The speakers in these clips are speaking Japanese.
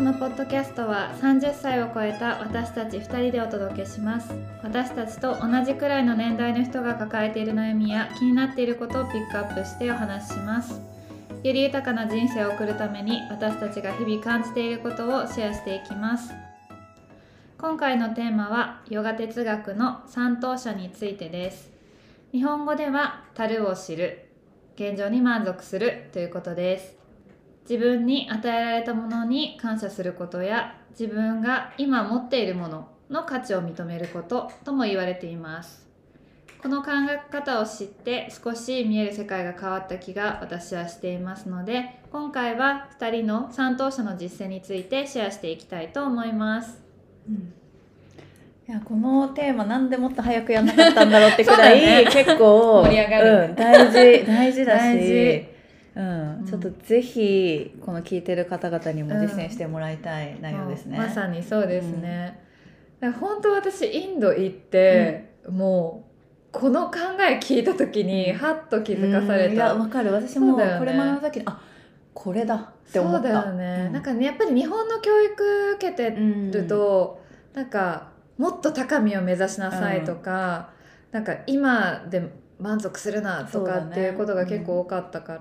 のポッドキャストは30歳を超えた私たち2人でお届けします。私たちと同じくらいの年代の人が抱えている悩みや気になっていることをピックアップしてお話しします。より豊かな人生を送るために私たちが日々感じていることをシェアしていきます。今回のテーマはヨガ哲学の三等者についてです。日本語では足るを知る、現状に満足するということです。自分に与えられたものに感謝することや、自分が今持っているものの価値を認めることとも言われています。この考え方を知って少し見える世界が変わった気が私はしていますので、今回は2人の三等者の実践についてシェアしていきたいと思います。 いやこのテーマなんでもっと早くやんなかったんだろうってくらい、結構盛り上がる、 大事だしちょっとぜひこの聞いてる方々にも実践してもらいたい内容ですね。 まさにそうですね。だから本当私インド行って、もうこの考え聞いた時にハッと気づかされた。 いやわかる。私もこれ学んだ時に、これだって思った。 そうだよね、なんかね、やっぱり日本の教育受けてると、なんかもっと高みを目指しなさいとか、なんか今で満足するなとかっていうことが結構多かったから、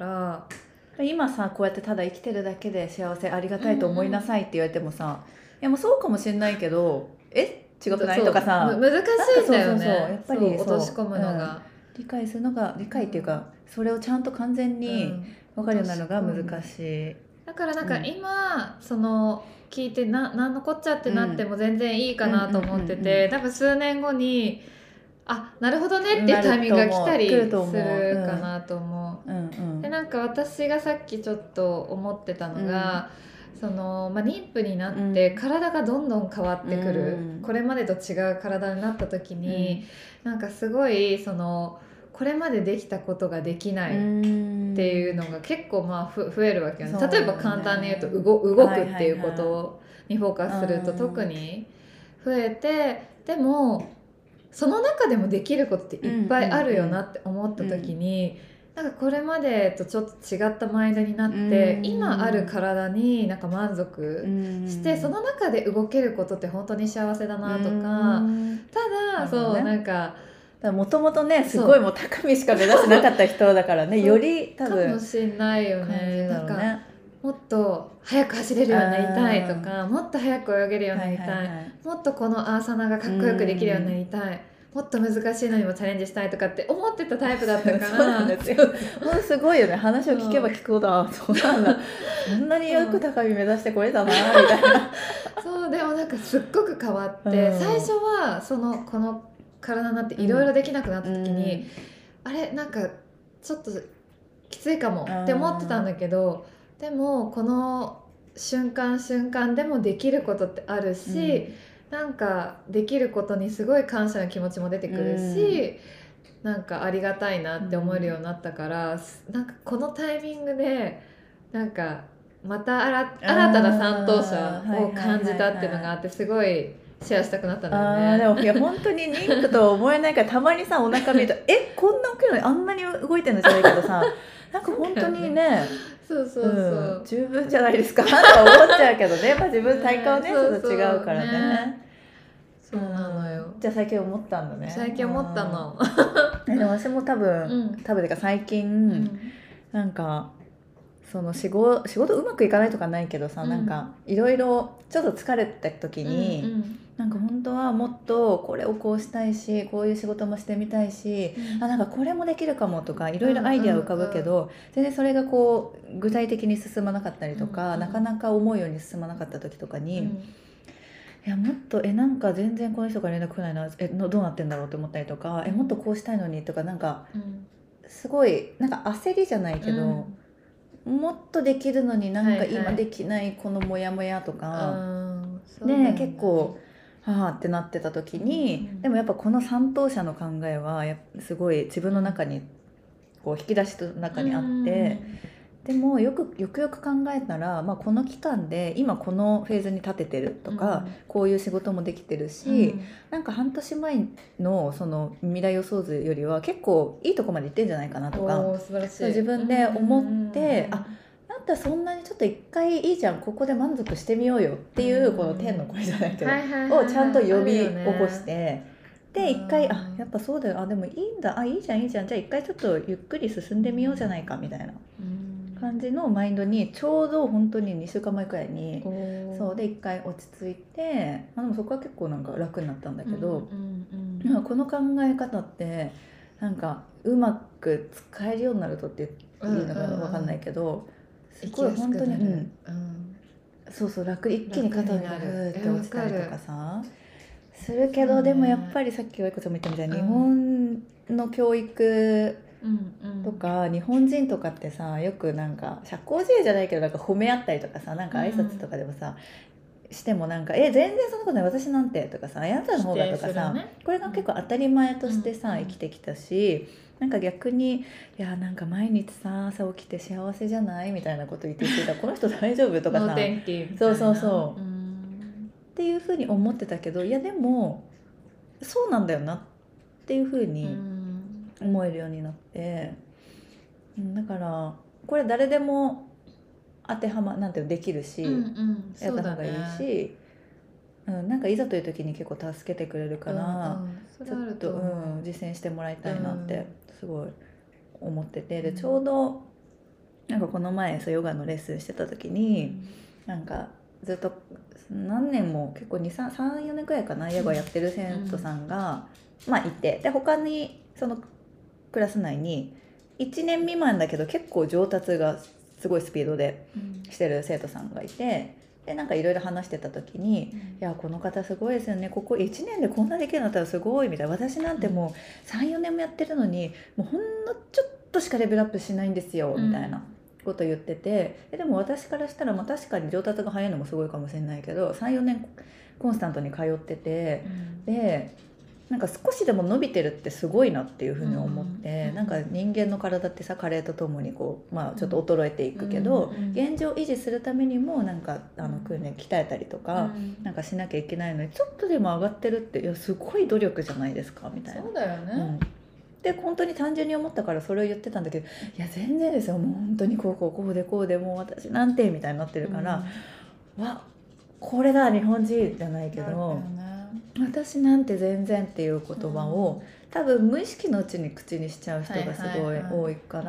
今さこうやってただ生きてるだけで幸せありがたいと思いなさいって言われてもさ、いやもうそうかもしれないけど違くないとかさ、 難しいんだよね。 やっぱり落とし込むのが、 理解するのが理解っていうか、それをちゃんと完全に分かるようになるのが難しい。 だからなんか今、その聞いてなんのこっちゃってなっても全然いいかなと思ってて、多分数年後になるほどねっていうタイミングが来たりするかなと思う。でなんか私がさっきちょっと思ってたのが、その妊婦になって体がどんどん変わってくる、これまでと違う体になった時に、なんかすごいそのこれまでできたことができないっていうのが結構増えるわけよね。例えば簡単に言うと動くっていうことにフォーカスすると特に増えて、でもその中でもできることっていっぱいあるよなって思った時に、なんかこれまでとちょっと違ったマインドになって、今ある体になんか満足して、その中で動けることって本当に幸せだなとか、ただそうなんかもともとねすごいもう高みしか目指してなかった人だからね、より多分かもしれないよね。なんかもっと速く走れるようになりたいとか、もっと速く泳げるようになりたい、もっとこのアーサナがかっこよくできるようになりたい、もっと難しいのにもチャレンジしたいとかって思ってたタイプだったからそうなんですよ。 もうすごいよね。話を聞けば聞くほど、そうなんだ、そんなによく高み目指してこれたなみたいなそうでもなんかすっごく変わって、最初はこの体になっていろいろできなくなった時に、あれなんかちょっときついかもって思ってたんだけど、でもこの瞬間瞬間でもできることってあるし、なんかできることにすごい感謝の気持ちも出てくるし、なんかありがたいなって思えるようになったから、なんかこのタイミングでなんかまた新たな三等者を感じたっていうのがあって、すごいシェアしたくなったんだよね。 でもいや本当に妊婦と思えないから、たまにさお腹見るとこんな大きいのにあんなに動いてるのじゃないけどさ、なんか本当にねそう十分じゃないですかとか思っちゃうけどね、自分体感はねちょっと違うからね。 そうなのよ。 じゃあ最近思ったんだね。 最近思ったの。 でも私も多分てか最近、なんかその仕事うまくいかないとかないけどさ、なんかいろいろちょっと疲れた時に、なんか本当はもっとこれをこうしたいし、こういう仕事もしてみたいし、なんかこれもできるかもとかいろいろアイデア浮かぶけど、全然それがこう具体的に進まなかったりとか、なかなか思うように進まなかった時とかに、いやもっとなんか全然この人から連絡来ないな、どうなってんだろうって思ったりとか、もっとこうしたいのにとか、なんかすごいなんか焦りじゃないけど、もっとできるのになんか今できないこのモヤモヤとか、結構ってなってた時に、でもやっぱこの三等者の考えはすごい自分の中にこう引き出しの中にあって、でもよくよく考えたら、この期間で今このフェーズに立ててるとか、こういう仕事もできてるし、なんか半年前のその未来予想図よりは結構いいとこまで行ってんじゃないかなとか、 素晴らしい。 自分で思って、なんったらそんなにちょっと一回いいじゃん、ここで満足してみようよっていうこの天の声じゃないけど、をちゃんと呼び起こして、で一回やっぱそうだよ、でもいいんだ、いいじゃんいいじゃん、じゃあ一回ちょっとゆっくり進んでみようじゃないかみたいな感じのマインドにちょうど本当に2週間前くらいにそうで一回落ち着いて、でもそこは結構なんか楽になったんだけど、この考え方ってなんかうまく使えるようになるとっていうのか分かんないけど、すごい本当にそうそう楽、一気に肩がグーって落ちたりとかさするけど、でもやっぱりさっきおいこちゃんも言ったみたいに、日本の教育とか、日本人とかってさよくなんか社交辞令じゃないけどなんか褒め合ったりとかさ、なんか挨拶とかでもさ、してもなんか全然そんなことない、私なんてとかさ、あなたの方がとかさ、これが結構当たり前としてさ、生きてきたし、なんか逆にいやなんか毎日さ朝起きて幸せじゃないみたいなこと言ってたこの人大丈夫とかさそうそうそう、っていうふうに思ってたけど、いやでもそうなんだよなっていうふうに思えるようになって、だからこれ誰でも当てはまなんてできるし、やった方がいいし、なんかいざという時に結構助けてくれるから、ちょっと実践してもらいたいなってすごい思ってて、でちょうどなんかこの前ヨガのレッスンしてた時に、なんかずっと何年も結構3、4年くらいかなヨガやってる生徒さんが、いて、で他にそのクラス内に1年未満だけど結構上達がすごいスピードでしてる生徒さんがいて、でなんかいろいろ話してた時に、いやこの方すごいですよね、ここ1年でこんなできるようになったらすごいみたいな、私なんてもう 3,4 年もやってるのにもうほんのちょっとしかレベルアップしないんですよみたいなこと言ってて、でも私からしたら確かに上達が早いのもすごいかもしれないけど 3,4 年コンスタントに通ってて、でなんか少しでも伸びてるってすごいなっていうふうに思って、なんか人間の体ってさ加齢とともにこう、ちょっと衰えていくけど、現状維持するためにもなんか訓練鍛えたりとか、なんかしなきゃいけないのにちょっとでも上がってるっていやすごい努力じゃないですかみたいな。 そうだよね、 で本当に単純に思ったからそれを言ってたんだけど、いや全然ですよ、もう本当にこうでもう私なんてみたいになってるから、これだ日本人じゃないけど、私なんて全然っていう言葉を、多分無意識のうちに口にしちゃう人がすごい多いから、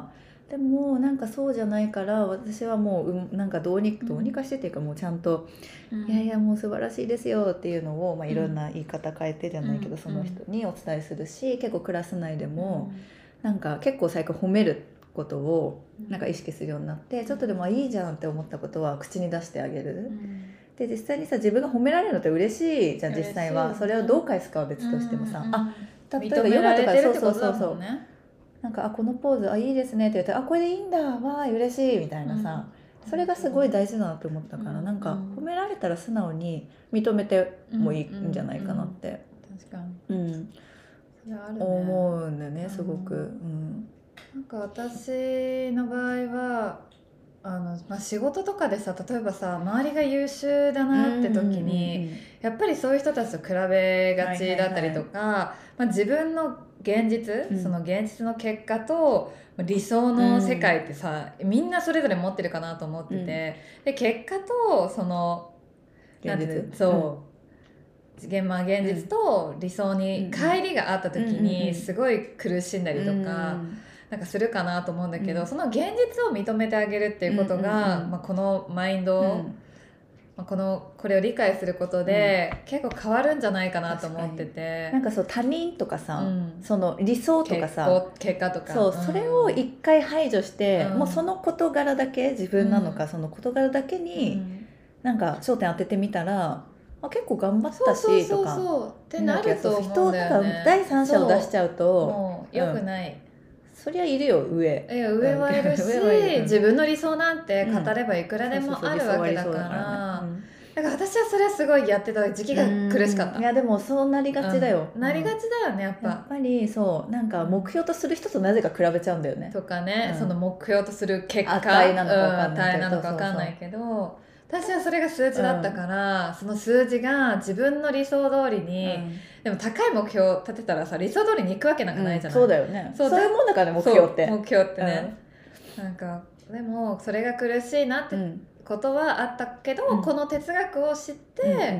でもなんかそうじゃないから私はもうなんかどうにかしてっていうか、もうちゃんと、いやいやもう素晴らしいですよっていうのを、いろんな言い方変えてじゃないけど、その人にお伝えするし、結構クラス内でもなんか結構最近褒めることをなんか意識するようになって、ちょっとでもいいじゃんって思ったことは口に出してあげる。で実際にさ自分が褒められるのって嬉しいじゃん、実際は。それをどう返すかは別としてもさ、例えばヨガとかそうなんかこのポーズいいですねって言ってこれでいいんだわー嬉しいみたいなさ、それがすごい大事だなと思ったから、なんか褒められたら素直に認めてもいいんじゃないかなって、 確かに、 思うんだよねすごく。 なんか私の場合は仕事とかでさ、例えばさ周りが優秀だなって時に、やっぱりそういう人たちと比べがちだったりとか、自分の現実、その現実の結果と理想の世界ってさ、みんなそれぞれ持ってるかなと思ってて、で結果とその現実現実と理想に乖離があった時にすごい苦しんだりとか、なんかするかなと思うんだけど、その現実を認めてあげるっていうことが、このマインドを、これを理解することで、結構変わるんじゃないかなと思ってて、 なんか他人とかさ、その理想とかさ結果とかそれを一回排除して、もうその事柄だけ自分なのか、その事柄だけになんか焦点当ててみたら、結構頑張ったしとかってなると思うんだよね。 人第三者を出しちゃうともう良くない、 そりゃいるよ上はいるし自分の理想なんて語ればいくらでもあるわけだから、だから私はそれはすごいやってた時期が苦しかった。 いやでもそうなりがちだよ、 なりがちだよねやっぱり。そうなんか目標とする人となぜか比べちゃうんだよねとかね、その目標とする結果値なのか分かんないけど、私はそれが数字だったから、その数字が自分の理想通りに、でも高い目標を立てたらさ理想通りに行くわけなんかないじゃない、 そうだよね、そういうもんだからね目標ってね、なんかでもそれが苦しいなってことはあったけど、この哲学を知って、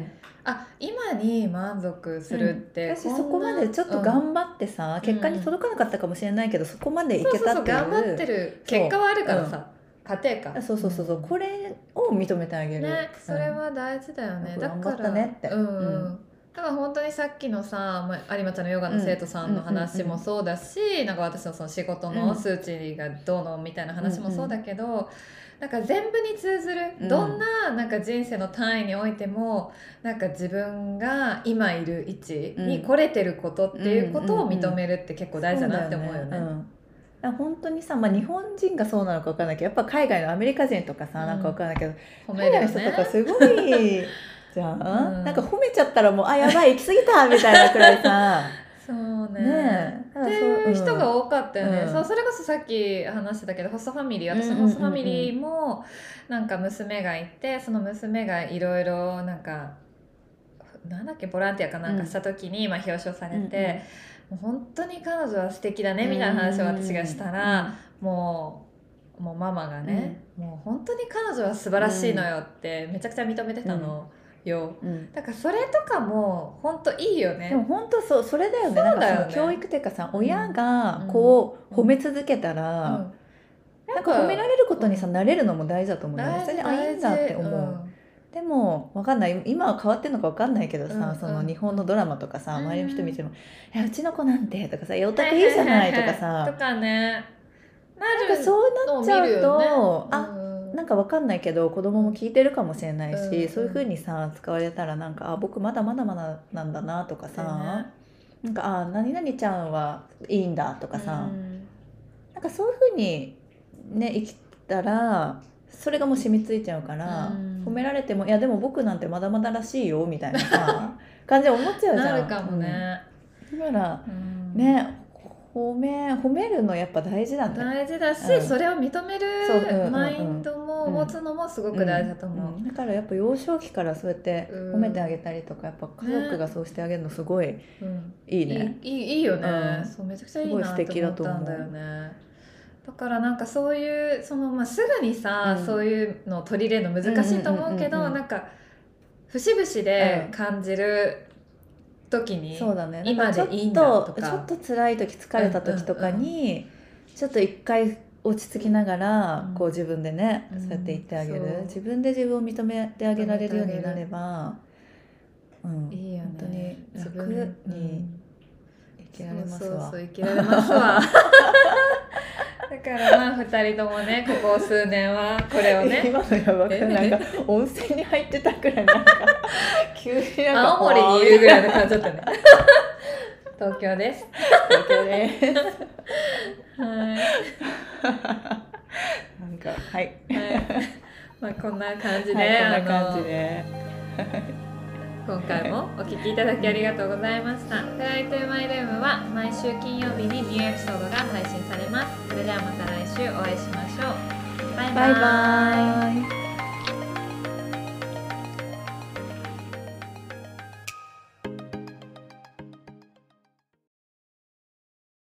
あ、今に満足するって、 私そこまでちょっと頑張ってさ、結果に届かなかったかもしれないけど、そこまでいけたっていう、 頑張ってる結果はあるからさ、過程か。 そうこれを認めてあげるね、それは大事だよね。だから頑張ったねって。 だから本当にさっきのさ、有馬ちゃんのヨガの生徒さんの話もそうだし、なんか私のその仕事の数値がどうのみたいな話もそうだけど、なんか全部に通ずる、どんななんか人生の単位においても、なんか自分が今いる位置に来れてることっていうことを認めるって結構大事だなって思うよね。 本当にさ、日本人がそうなのか分からないけど、やっぱ海外のアメリカ人とかさ、なんか分からないけど、 褒めるよね、 海外の人とかすごいじゃん、なんか褒めちゃったらもうやばい行き過ぎたみたいなくらいさそうねっていう人が多かったよね。それこそさっき話してたけど、ホストファミリー、私のホストファミリーもなんか娘がいて、その娘がいろいろなんかなんだっけ、ボランティアかなんかした時に表彰されて、もう本当に彼女は素敵だねみたいな話を私がしたら、もうママがね、もう本当に彼女は素晴らしいのよってめちゃくちゃ認めてたのよ、だからそれとかも本当いいよね。 でも本当それだよね。なんかその教育っていうかさ、親が子を褒め続けたら、なんか褒められることにさ、慣れるのも大事だと思うよね。それでいいんだって思う。でも分かんない、今は変わってるのか分かんないけどさ、その日本のドラマとかさ、周りの人見ても「うちの子なんて」とかさ「オタクいいじゃない」とかさ、 とかね、 なんかそうなっちゃうと、なんか分かんないけど子供も聞いてるかもしれないし、そういう風にさ使われたら、なんか僕まだまだなんだなとかさ、なんか何々ちゃんはいいんだとかさ、なんかそういう風にね生きたらそれがもう染みついちゃうから、褒められても「いやでも僕なんてまだまだらしいよ」みたいなさ感じで思っちゃうじゃん。 なるかもね。 だからね、褒めるのやっぱ大事だね。 大事だし、それを認めるマインドも持つのもすごく大事だと思う。 だからやっぱ幼少期からそうやって褒めてあげたりとか、やっぱ家族がそうしてあげるのすごいいいね。 いいよね。そうめちゃくちゃいいなって思ったんだよね。だからなんかそういうすぐにさ、そういうのを取り入れるの難しいと思うけど、なんか節々で感じる時に、 そうだね、 今でいいんだとか、 ちょっと辛い時、疲れた時とかにちょっと一回落ち着きながら、こう自分でね、そうやって言ってあげる、自分で自分を認めてあげられるようになれば、 いいよね、 本当に楽に生きられますわ。 生きられますわだから2人ともね、ここ数年はこれをね今のやばくなんか温泉に入ってたくらい、なんか急になんか青森にいるぐらいの感じだったね東京です。 東京ですはいなんかはい、 こんな感じで、 こんな感じで今回もお聞きいただきありがとうございました。フライトゥーマイルームは毎週金曜日にニューエピソードが配信されます。それではまた来週お会いしましょう。バイバイ。